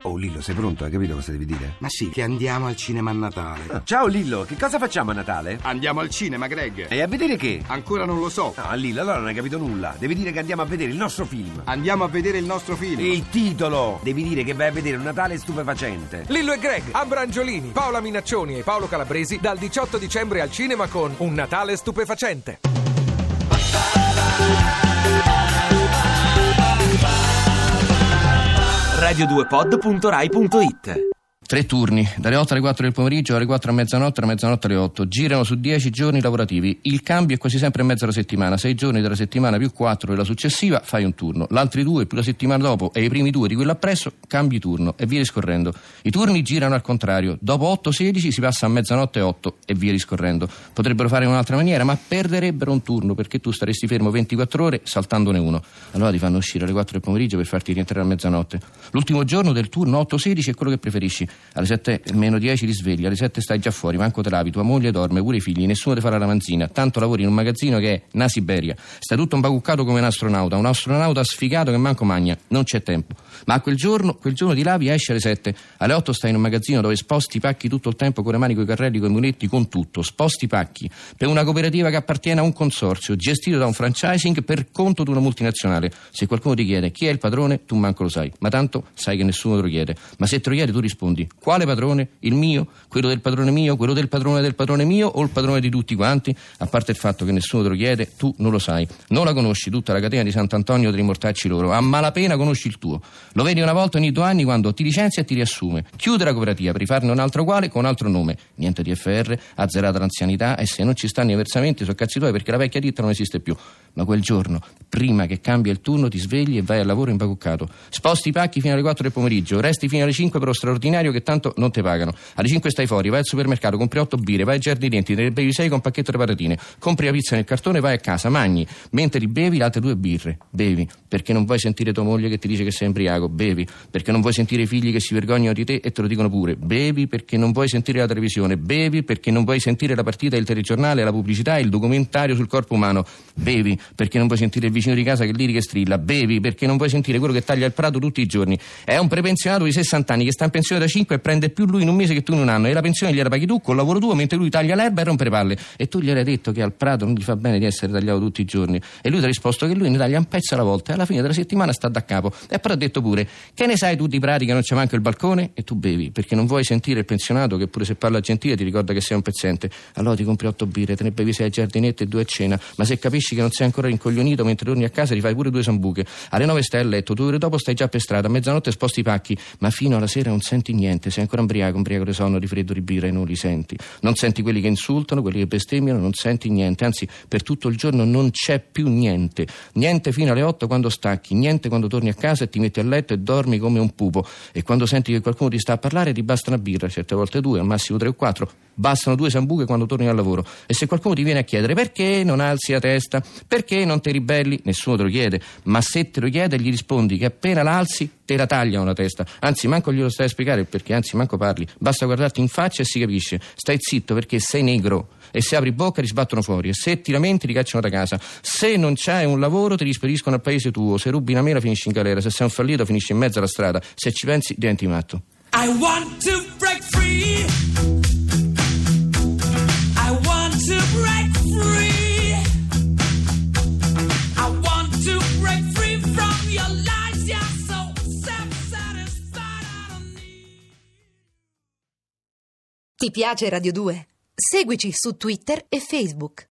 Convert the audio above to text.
Oh Lillo, sei pronto? Hai capito cosa devi dire? Ma sì, che andiamo al cinema a Natale. Ciao Lillo, che cosa facciamo a Natale? Andiamo al cinema, Greg. E a vedere che? Ancora non lo so. No, Lillo, allora non hai capito nulla. Devi dire che andiamo a vedere il nostro film. Andiamo a vedere il nostro film. Il titolo! Devi dire che vai a vedere un Natale stupefacente. Lillo e Greg, Ambra Angiolini, Paola Minaccioni e Paolo Calabresi dal 18 dicembre al cinema con Un Natale stupefacente. radio2pod.rai.it 3 turni, dalle 8 alle 4 del pomeriggio, alle 4 a mezzanotte, alla mezzanotte alle 8. Girano su 10 giorni lavorativi. Il cambio è quasi sempre in mezzo alla settimana. 6 giorni della settimana più 4 della successiva, fai un turno. L'altri 2 più la settimana dopo e i primi 2 di quello appresso, cambi turno e via discorrendo. I turni girano al contrario. Dopo 8-16 si passa a mezzanotte 8 e via discorrendo. Potrebbero fare in un'altra maniera, ma perderebbero un turno perché tu staresti fermo 24 ore saltandone uno. Allora ti fanno uscire alle 4 del pomeriggio per farti rientrare a mezzanotte. L'ultimo giorno del turno 8-16 è quello che preferisci. Alle 7 meno 10 ti svegli, alle 7 stai già fuori, manco te lavi, tua moglie dorme, pure i figli, nessuno ti fa la ramanzina, tanto lavori in un magazzino che è una Siberia, stai tutto imbacuccato come un astronauta sfigato che manco magna, non c'è tempo. Ma a quel giorno ti lavi e esci alle 7, alle 8 stai in un magazzino dove sposti pacchi tutto il tempo con le mani, coi carrelli, coi muletti, con tutto, sposti pacchi per una cooperativa che appartiene a un consorzio gestito da un franchising per conto di una multinazionale. Se qualcuno ti chiede chi è il padrone, tu manco lo sai, ma tanto sai che nessuno te lo chiede. Ma se te lo chiede tu rispondi: quale padrone? Il mio? Quello del padrone mio? Quello del padrone mio? O il padrone di tutti quanti? A parte il fatto che nessuno te lo chiede, tu non lo sai, non la conosci tutta la catena di Sant'Antonio dei mortacci loro, a malapena conosci il tuo. Lo vedi una volta ogni 2 anni quando ti licenzia e ti riassume, chiude la cooperativa per rifarne un altro uguale con un altro nome, niente TFR, azzerata l'anzianità e se non ci stanno i versamenti sono cazzi tuoi perché la vecchia ditta non esiste più. Ma quel giorno, prima che cambia il turno, ti svegli e vai al lavoro imbacuccato, sposti i pacchi fino alle 4 del pomeriggio, resti fino alle 5 per lo straordinario che tanto non te pagano, alle 5 stai fuori, vai al supermercato, compri 8 birre, vai ai giardini denti, te ne bevi 6 con un pacchetto di patatine, compri la pizza nel cartone, vai a casa, mangi, mentre ti bevi le altre 2 birre, bevi perché non vuoi sentire tua moglie che ti dice che sei embriaco, bevi perché non vuoi sentire i figli che si vergognano di te e te lo dicono pure, bevi perché non vuoi sentire la televisione, bevi perché non vuoi sentire la partita, il telegiornale, la pubblicità, il documentario sul corpo umano, bevi perché non vuoi sentire il vicino di casa che lirica e strilla, bevi perché non vuoi sentire quello che taglia il prato tutti i giorni. È un prepensionato di 60 anni che sta in pensione da 5 e prende più lui in un mese che tu in un anno e la pensione gliela paghi tu col lavoro tuo mentre lui taglia l'erba e rompe le palle e tu gli hai detto che al prato non gli fa bene di essere tagliato tutti i giorni e lui ti ha risposto che lui ne taglia un pezzo alla volta e alla fine della settimana sta da capo e però ha detto pure che ne sai tu di prati che non c'è manco il balcone e tu bevi perché non vuoi sentire il pensionato che pure se parla gentile ti ricorda che sei un pezzente. Allora ti compri 8 birre, te ne bevi 6 a giardinetto e 2 a cena, ma se capisci che non sei ancora rincoglionito mentre torni a casa ti fai pure 2 sambuche, alle 9 stai a letto, 2 ore dopo stai già per strada, a mezzanotte sposti i pacchi, ma fino alla sera non senti niente, sei ancora ubriaco di sonno, di freddo, di birra e non li senti. Non senti quelli che insultano, quelli che bestemmiano, non senti niente, anzi per tutto il giorno non c'è più niente fino alle 8 quando stacchi, niente quando torni a casa e ti metti a letto e dormi come un pupo e quando senti che qualcuno ti sta a parlare ti basta una birra, certe volte 2, al massimo 3 o 4, bastano 2 sambuche quando torni al lavoro e se qualcuno ti viene a chiedere perché non alzi la testa, perché non ti ribelli, nessuno te lo chiede, ma se te lo chiede gli rispondi che appena la alzi te la tagliano la testa, anzi manco glielo stai a spiegare perché anzi manco parli, basta guardarti in faccia e si capisce, stai zitto perché sei negro e se apri bocca ti sbattono fuori e se ti lamenti ti cacciano da casa, se non c'hai un lavoro ti rispediscono al paese tuo, se rubi una mela finisci in galera, se sei un fallito finisci in mezzo alla strada, se ci pensi diventi matto. I want to break free. I want to break free. I want to break free from your lies. You're so self-satisfied. I don't need. Ti piace Radio 2? Seguici su Twitter e Facebook.